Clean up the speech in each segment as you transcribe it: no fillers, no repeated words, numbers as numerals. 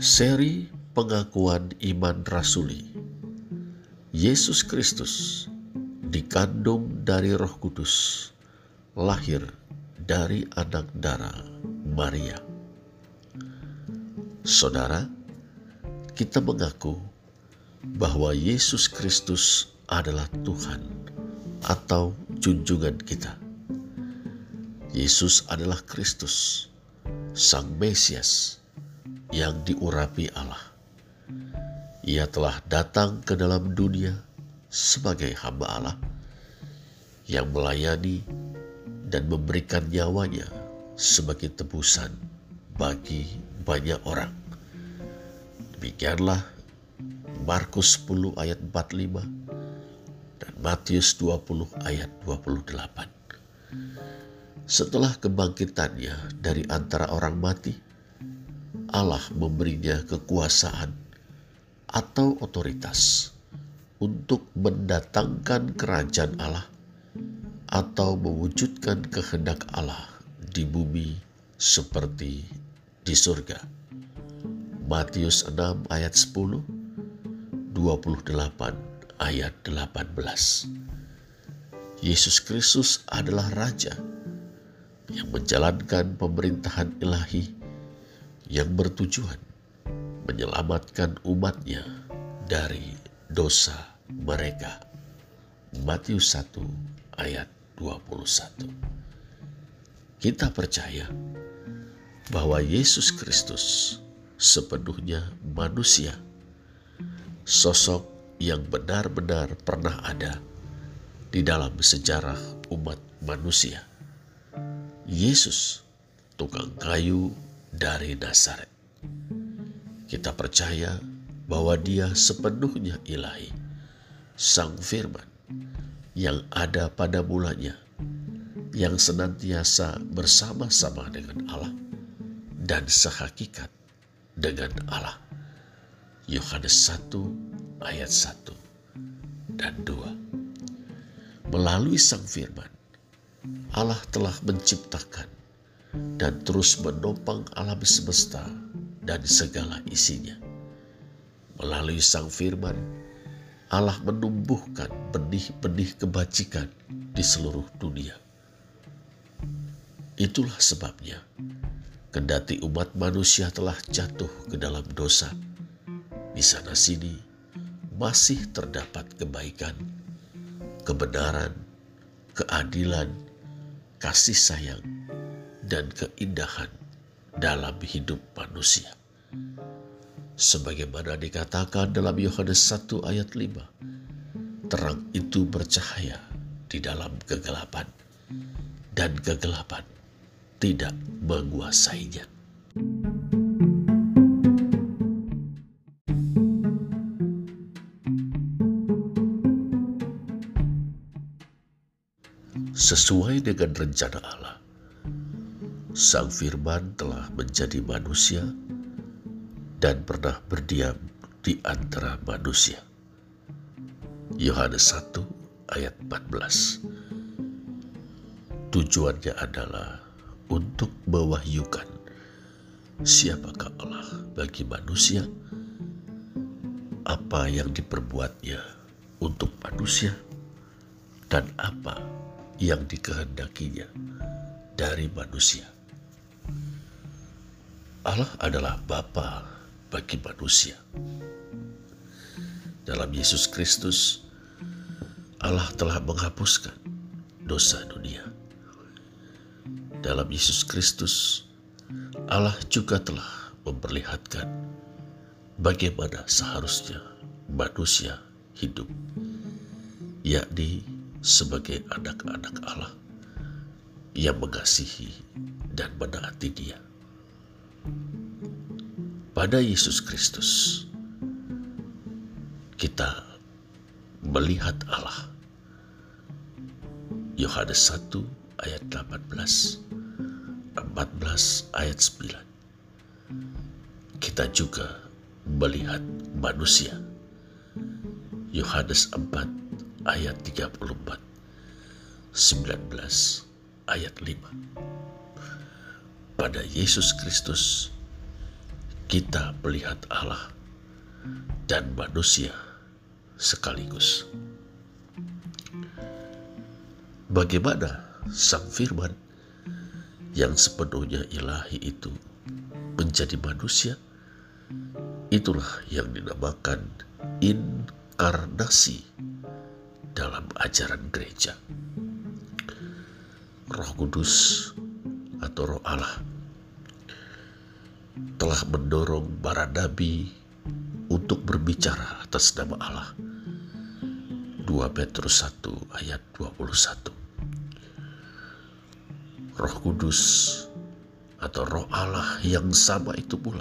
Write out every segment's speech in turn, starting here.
Seri pengakuan iman rasuli. Yesus Kristus dikandung dari Roh Kudus, lahir dari anak darah Maria. Saudara, kita mengaku bahwa Yesus Kristus adalah Tuhan atau junjungan kita. Yesus adalah Kristus, Sang Mesias yang diurapi Allah. Ia telah datang ke dalam dunia sebagai hamba Allah yang melayani dan memberikan nyawanya sebagai tebusan bagi banyak orang. Demikianlah Markus 10 ayat 45 dan Matius 20 ayat 28. Setelah kebangkitannya dari antara orang mati, Allah memberinya kekuasaan atau otoritas untuk mendatangkan kerajaan Allah atau mewujudkan kehendak Allah di bumi seperti di surga. Matius 6 ayat 10, 28 ayat 18. Yesus Kristus adalah Raja yang menjalankan pemerintahan ilahi yang bertujuan menyelamatkan umatnya dari dosa mereka. Matius 1 ayat 21. Kita percaya bahwa Yesus Kristus sepenuhnya manusia, sosok yang benar-benar pernah ada di dalam sejarah umat manusia. Yesus, tukang kayu dari Nazaret. Kita percaya bahwa Dia sepenuhnya ilahi, Sang Firman yang ada pada mulanya, yang senantiasa bersama-sama dengan Allah dan sehakikat dengan Allah. Yohanes 1 ayat 1 dan 2. Melalui Sang Firman, Allah telah menciptakan dan terus menopang alam semesta dan segala isinya. Melalui Sang Firman, Allah menumbuhkan benih-benih kebajikan di seluruh dunia. Itulah sebabnya, kendati umat manusia telah jatuh ke dalam dosa, di sana-sini masih terdapat kebaikan, kebenaran, keadilan, kasih sayang, dan keindahan dalam hidup manusia. Sebagaimana dikatakan dalam Yohanes 1 ayat 5, terang itu bercahaya di dalam kegelapan, dan kegelapan tidak menguasainya. Sesuai dengan rencana Allah, Sang Firman telah menjadi manusia dan pernah berdiam di antara manusia. Yohanes 1 ayat 14. Tujuannya adalah untuk mewahyukan siapakah Allah bagi manusia, apa yang diperbuatnya untuk manusia, dan apa yang dikehendakinya dari manusia. Allah adalah Bapa bagi manusia. Dalam Yesus Kristus, Allah telah menghapuskan dosa dunia. Dalam Yesus Kristus, Allah juga telah memperlihatkan bagaimana seharusnya manusia hidup, yakni sebagai anak-anak Allah yang mengasihi dan menaati Dia. Pada Yesus Kristus, kita melihat Allah. Yohanes 1 ayat 18, 14 ayat 9. Kita juga melihat manusia. Yohanes 4 ayat 34, 19 ayat 5. Pada Yesus Kristus, kita melihat Allah dan manusia sekaligus. Bagaimana Sang Firman yang sepenuhnya ilahi itu menjadi manusia? Itulah yang dinamakan inkarnasi dalam ajaran gereja. Roh Kudus atau Roh Allah telah mendorong para nabi untuk berbicara atas nama Allah. 2 Petrus 1 ayat 21. Roh Kudus atau Roh Allah yang sama itu pula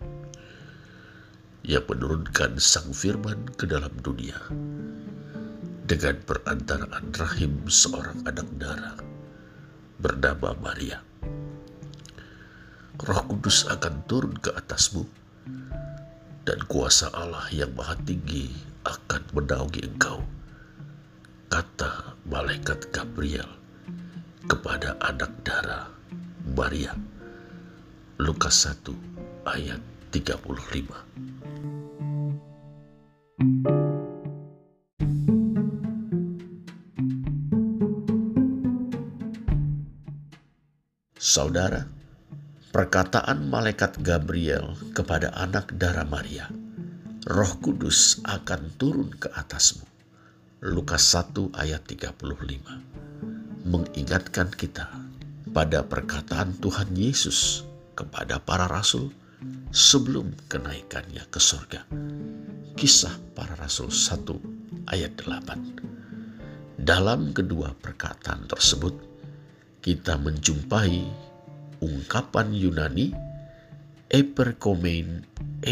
yang menurunkan Sang Firman ke dalam dunia dengan perantaraan rahim seorang anak darah bernama Maria. Roh Kudus akan turun ke atasmu dan kuasa Allah yang maha tinggi akan menaungi engkau, kata malaikat Gabriel kepada anak darah Maria. Lukas 1 ayat 35. Saudara, perkataan malaikat Gabriel kepada anak darah Maria, Roh Kudus akan turun ke atasmu, Lukas 1 ayat 35, mengingatkan kita pada perkataan Tuhan Yesus kepada para rasul sebelum kenaikannya ke surga. Kisah para Rasul 1 ayat 8. Dalam kedua perkataan tersebut, kita menjumpai ungkapan Yunani eperkomein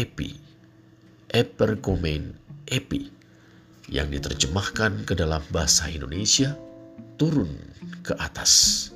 epi yang diterjemahkan ke dalam bahasa Indonesia turun ke atas.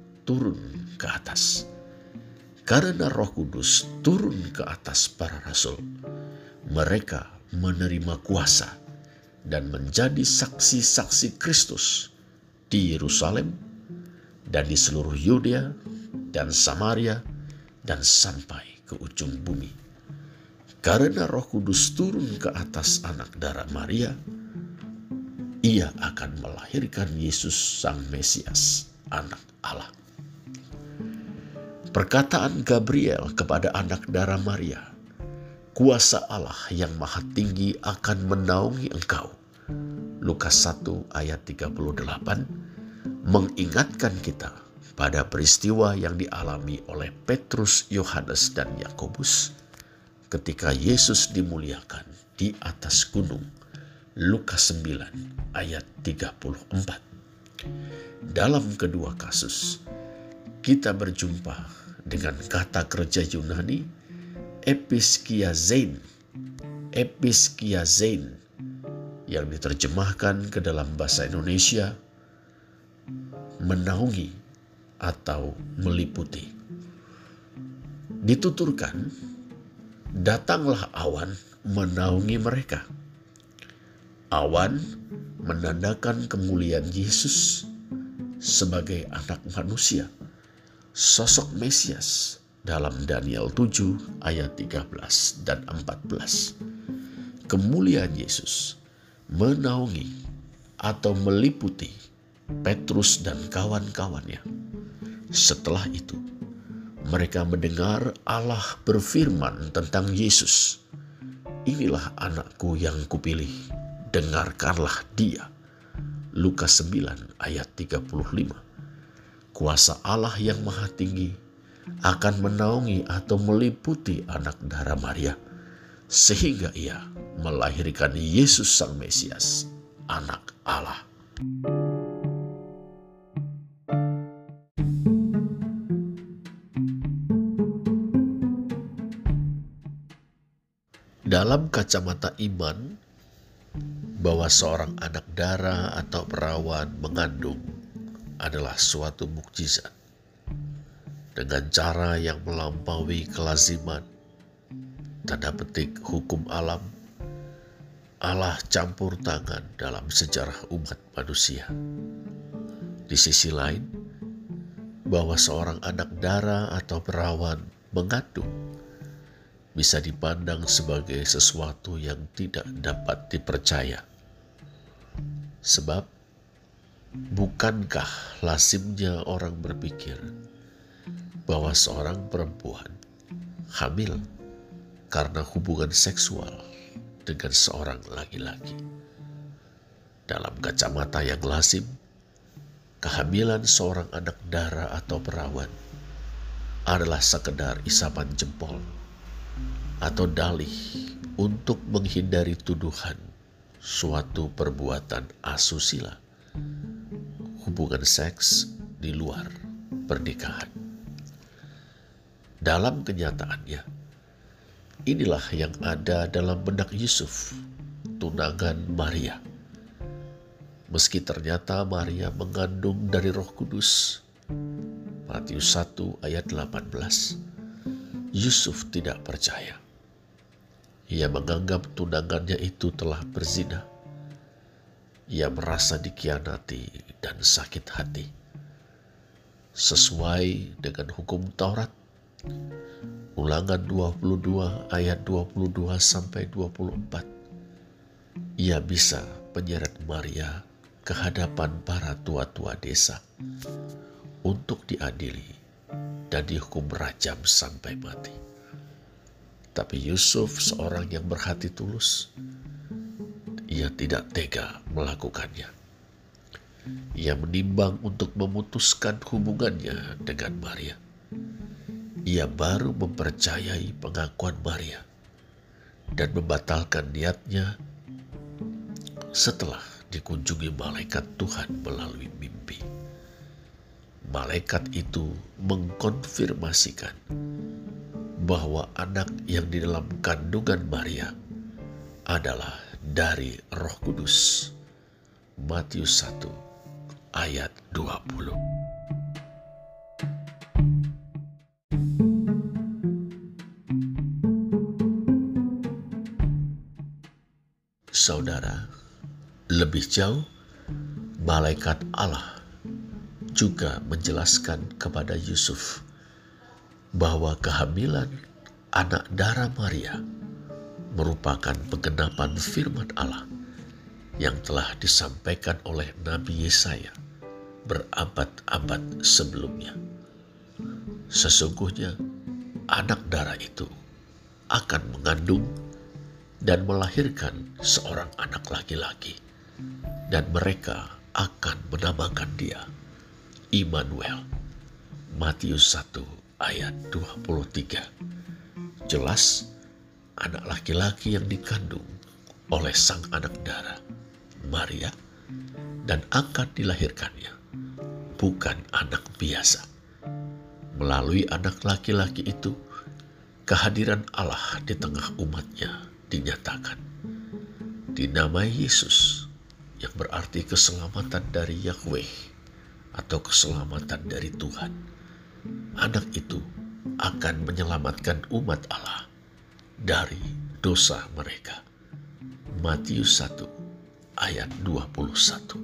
Karena Roh Kudus turun ke atas para rasul, mereka menerima kuasa dan menjadi saksi-saksi Kristus di Yerusalem dan di seluruh Yudea dan Samaria dan sampai ke ujung bumi. Karena Roh Kudus turun ke atas anak darah Maria, ia akan melahirkan Yesus Sang Mesias, anak Allah. Perkataan Gabriel kepada anak darah Maria, kuasa Allah yang maha tinggi akan menaungi engkau, Lukas 1 ayat 38, mengingatkan kita pada peristiwa yang dialami oleh Petrus, Yohanes, dan Yakobus ketika Yesus dimuliakan di atas gunung, Lukas 9 ayat 34. Dalam kedua kasus, kita berjumpa dengan kata kerja Yunani episkiazein yang diterjemahkan ke dalam bahasa Indonesia menaungi atau meliputi. Dituturkan, datanglah awan menaungi mereka. Awan menandakan kemuliaan Yesus sebagai anak manusia, sosok Mesias dalam Daniel 7 ayat 13 dan 14. Kemuliaan Yesus menaungi atau meliputi Petrus dan kawan-kawannya. Setelah itu, mereka mendengar Allah berfirman tentang Yesus. Inilah anakku yang kupilih, dengarkanlah dia. Lukas 9 ayat 35. Kuasa Allah yang maha tinggi akan menaungi atau meliputi anak darah Maria, sehingga ia melahirkan Yesus Sang Mesias, anak Allah. Dalam kacamata iman, bahwa seorang anak darah atau perawan mengandung adalah suatu mukjizat. Dengan cara yang melampaui kelaziman, tanda petik hukum alam, Allah campur tangan dalam sejarah umat manusia. Di sisi lain, bahwa seorang anak darah atau perawan mengandung bisa dipandang sebagai sesuatu yang tidak dapat dipercaya. Sebab, bukankah lazimnya orang berpikir bahwa seorang perempuan hamil karena hubungan seksual dengan seorang laki-laki? Dalam kacamata yang lazim, kehamilan seorang anak dara atau perawan adalah sekedar isapan jempol atau dalih untuk menghindari tuduhan suatu perbuatan asusila, hubungan seks di luar pernikahan. Dalam kenyataannya, inilah yang ada dalam benak Yusuf, tunangan Maria. Meski ternyata Maria mengandung dari Roh Kudus, Matius 1 ayat 18, Yusuf tidak percaya. Ia menganggap tunangannya itu telah berzina. Ia merasa dikhianati dan sakit hati. Sesuai dengan hukum Taurat, Ulangan 22 ayat 22 sampai 24, ia bisa menyeret Maria ke hadapan para tua-tua desa untuk diadili dan dihukum rajam sampai mati. Tapi Yusuf seorang yang berhati tulus, ia tidak tega melakukannya. Ia menimbang untuk memutuskan hubungannya dengan Maria. Ia baru mempercayai pengakuan Maria dan membatalkan niatnya setelah dikunjungi malaikat Tuhan melalui mimpi. Malaikat itu mengkonfirmasikan bahwa anak yang di dalam kandungan Maria adalah dari Roh Kudus. Matius 1 ayat 20. Saudara, lebih jauh, malaikat Allah juga menjelaskan kepada Yusuf bahwa kehamilan anak dara Maria merupakan penggenapan firman Allah yang telah disampaikan oleh Nabi Yesaya berabad-abad sebelumnya. Sesungguhnya anak dara itu akan mengandung dan melahirkan seorang anak laki-laki, dan mereka akan menamakan dia Immanuel. Matius 1 ayat 23. Jelas, anak laki-laki yang dikandung oleh sang anak dara Maria dan akan dilahirkannya bukan anak biasa. Melalui anak laki-laki itu, kehadiran Allah di tengah umatnya dinyatakan. Dinamai Yesus, yang berarti keselamatan dari Yahweh atau keselamatan dari Tuhan. Anak itu akan menyelamatkan umat Allah dari dosa mereka. Matius 1 ayat 21.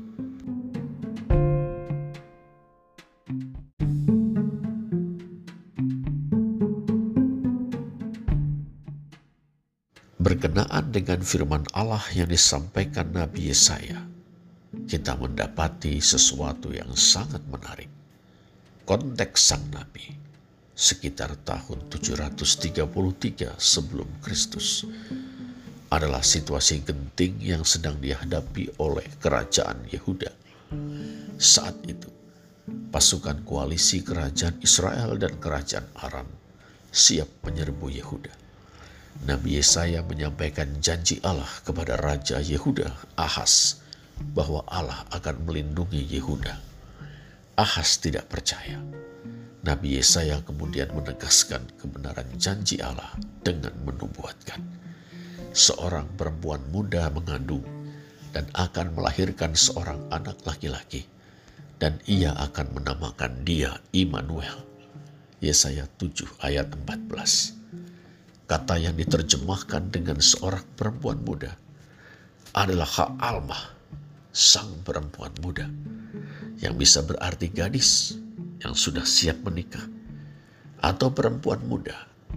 Berkenaan dengan firman Allah yang disampaikan Nabi Yesaya, kita mendapati sesuatu yang sangat menarik. Konteks sang Nabi sekitar tahun 733 sebelum Kristus adalah situasi genting yang sedang dihadapi oleh kerajaan Yehuda. Saat itu, pasukan koalisi kerajaan Israel dan kerajaan Aram siap menyerbu Yehuda. Nabi Yesaya menyampaikan janji Allah kepada Raja Yehuda, Ahaz, bahwa Allah akan melindungi Yehuda. Ahaz tidak percaya. Nabi Yesaya kemudian menegaskan kebenaran janji Allah dengan menubuatkan. Seorang perempuan muda mengandung dan akan melahirkan seorang anak laki-laki, dan ia akan menamakan dia Immanuel. Yesaya 7 ayat 14. Kata yang diterjemahkan dengan seorang perempuan muda adalah Ha'almah, sang perempuan muda, yang bisa berarti gadis yang sudah siap menikah, atau perempuan muda,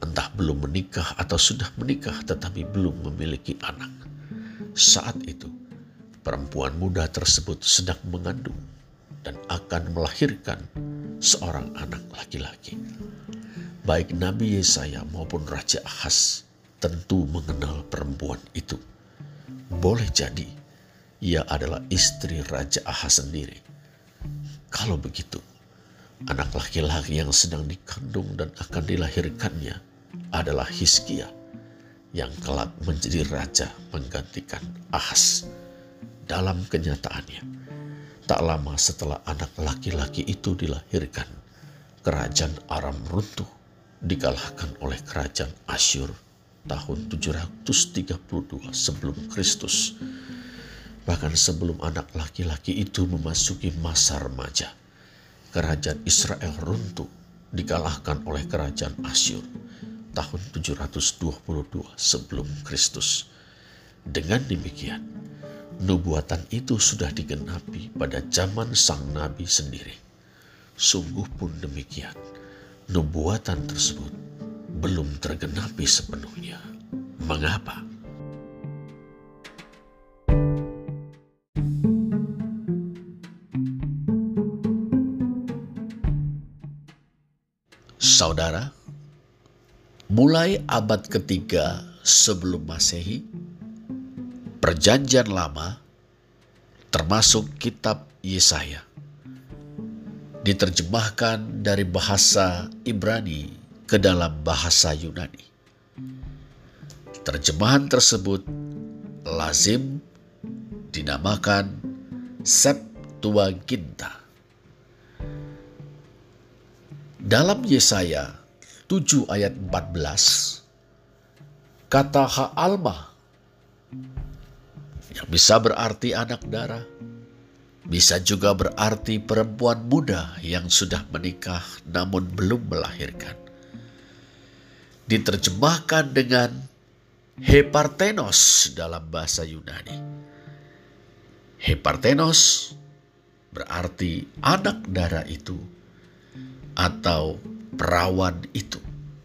entah belum menikah atau sudah menikah tetapi belum memiliki anak. Saat itu, perempuan muda tersebut sedang mengandung dan akan melahirkan seorang anak laki-laki. Baik Nabi Yesaya maupun Raja Ahaz tentu mengenal perempuan itu. Boleh jadi ia adalah istri Raja Ahaz sendiri. Kalau begitu, anak laki-laki yang sedang dikandung dan akan dilahirkannya adalah Hizkia yang kelak menjadi raja menggantikan Ahaz. Dalam kenyataannya, tak lama setelah anak laki-laki itu dilahirkan, kerajaan Aram runtuh, dikalahkan oleh kerajaan Asyur tahun 732 sebelum Kristus. Bahkan sebelum anak laki-laki itu memasuki masa remaja, kerajaan Israel runtuh, dikalahkan oleh kerajaan Asyur tahun 722 sebelum Kristus. Dengan demikian, nubuatan itu sudah digenapi pada zaman sang nabi sendiri. Sungguh pun demikian, nubuatan tersebut belum tergenapi sepenuhnya. Mengapa? Saudara, mulai abad ketiga sebelum Masehi, Perjanjian Lama, termasuk kitab Yesaya, diterjemahkan dari bahasa Ibrani ke dalam bahasa Yunani. Terjemahan tersebut lazim dinamakan Septuaginta. Dalam Yesaya 7 ayat 14, kata Ha'alma yang bisa berarti anak darah, bisa juga berarti perempuan muda yang sudah menikah namun belum melahirkan. Diterjemahkan dengan Hepartenos dalam bahasa Yunani. Hepartenos berarti anak darah itu atau perawan itu.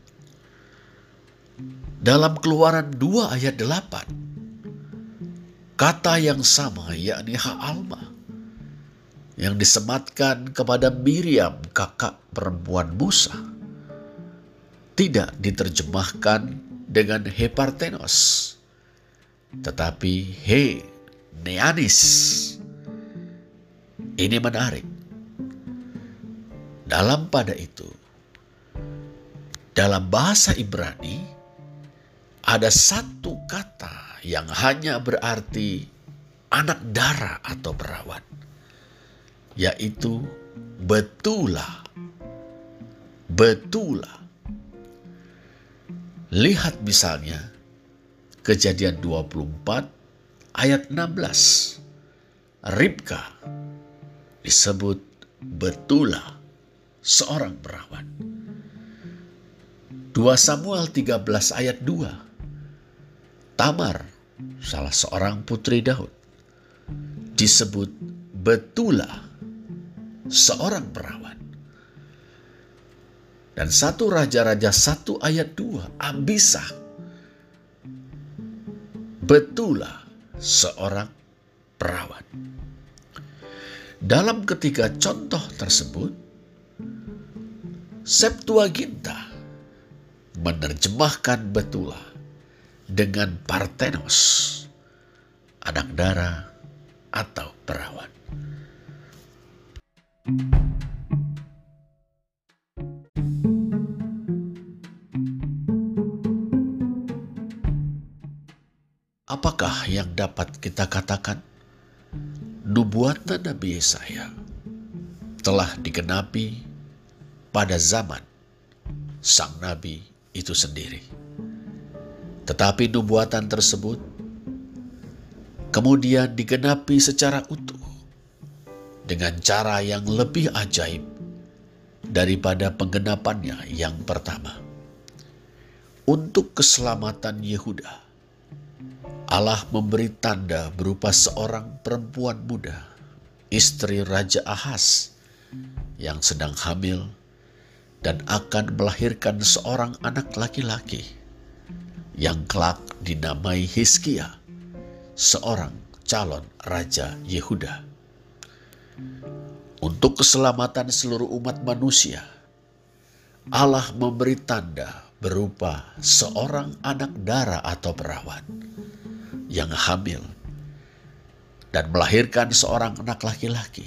Dalam Keluaran 2 ayat 8, kata yang sama yakni Ha'alma yang disematkan kepada Miriam, kakak perempuan Musa, tidak diterjemahkan dengan Hepartenos, tetapi He Neanis. Ini menarik. Dalam pada itu, dalam bahasa Ibrani, ada satu kata yang hanya berarti anak darah atau perawan, yaitu Betula. Betula. Lihat misalnya Kejadian 24 ayat 16. Ribka disebut Betula, seorang perawan. 2 Samuel 13 ayat 2. Tamar, salah seorang putri Daud, disebut Betula, seorang perawan. Dan 1 Raja-Raja 1 ayat 2, Abisag, Betula, seorang perawan. Dalam ketiga contoh tersebut, Septuaginta menerjemahkan Betula dengan Parthenos, anak darah atau perawan. Apakah yang dapat kita katakan? Nubuatan Nabi Yesaya telah digenapi pada zaman sang nabi itu sendiri. Tetapi nubuatan tersebut kemudian digenapi secara utuh dengan cara yang lebih ajaib daripada penggenapannya yang pertama. Untuk keselamatan Yehuda, Allah memberi tanda berupa seorang perempuan muda, istri Raja Ahaz yang sedang hamil dan akan melahirkan seorang anak laki-laki yang kelak dinamai Hizkia, seorang calon raja Yehuda. Untuk keselamatan seluruh umat manusia, Allah memberi tanda berupa seorang anak dara atau perawan yang hamil dan melahirkan seorang anak laki-laki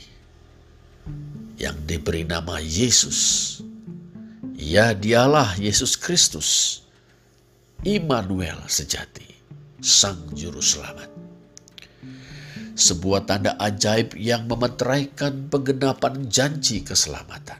yang diberi nama Yesus. Ya, dialah Yesus Kristus, Immanuel sejati, Sang Juru Selamat. Sebuah tanda ajaib yang memeteraikan penggenapan janji keselamatan.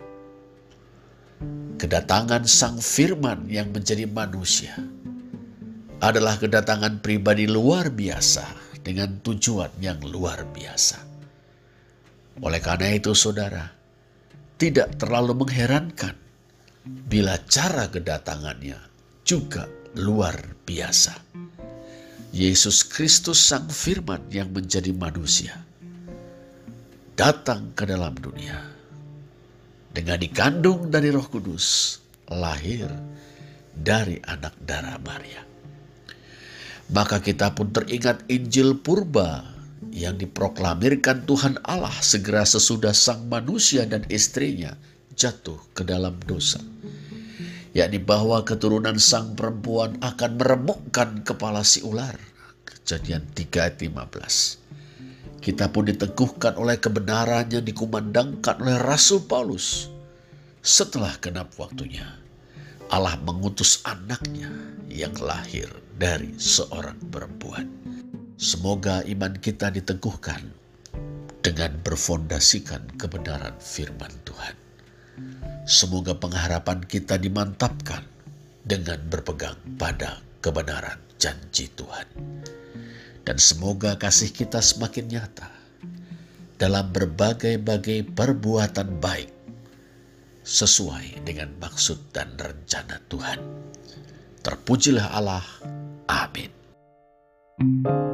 Kedatangan Sang Firman yang menjadi manusia adalah kedatangan pribadi luar biasa dengan tujuan yang luar biasa. Oleh karena itu, saudara, tidak terlalu mengherankan bila cara kedatangannya juga luar biasa. Yesus Kristus Sang Firman yang menjadi manusia datang ke dalam dunia dengan dikandung dari Roh Kudus, lahir dari anak darah Maria. Maka kita pun teringat Injil Purba yang diproklamirkan Tuhan Allah segera sesudah sang manusia dan istrinya jatuh ke dalam dosa, yakni bahwa keturunan sang perempuan akan meremukkan kepala si ular. Kejadian 3 ayat 15. Kita pun diteguhkan oleh kebenaran yang dikumandangkan oleh Rasul Paulus. Setelah genap waktunya, Allah mengutus anaknya yang lahir dari seorang perempuan. Semoga iman kita diteguhkan dengan berfondasikan kebenaran firman Tuhan. Semoga pengharapan kita dimantapkan dengan berpegang pada kebenaran janji Tuhan. Dan semoga kasih kita semakin nyata dalam berbagai-bagai perbuatan baik sesuai dengan maksud dan rencana Tuhan. Terpujilah Allah. Amin.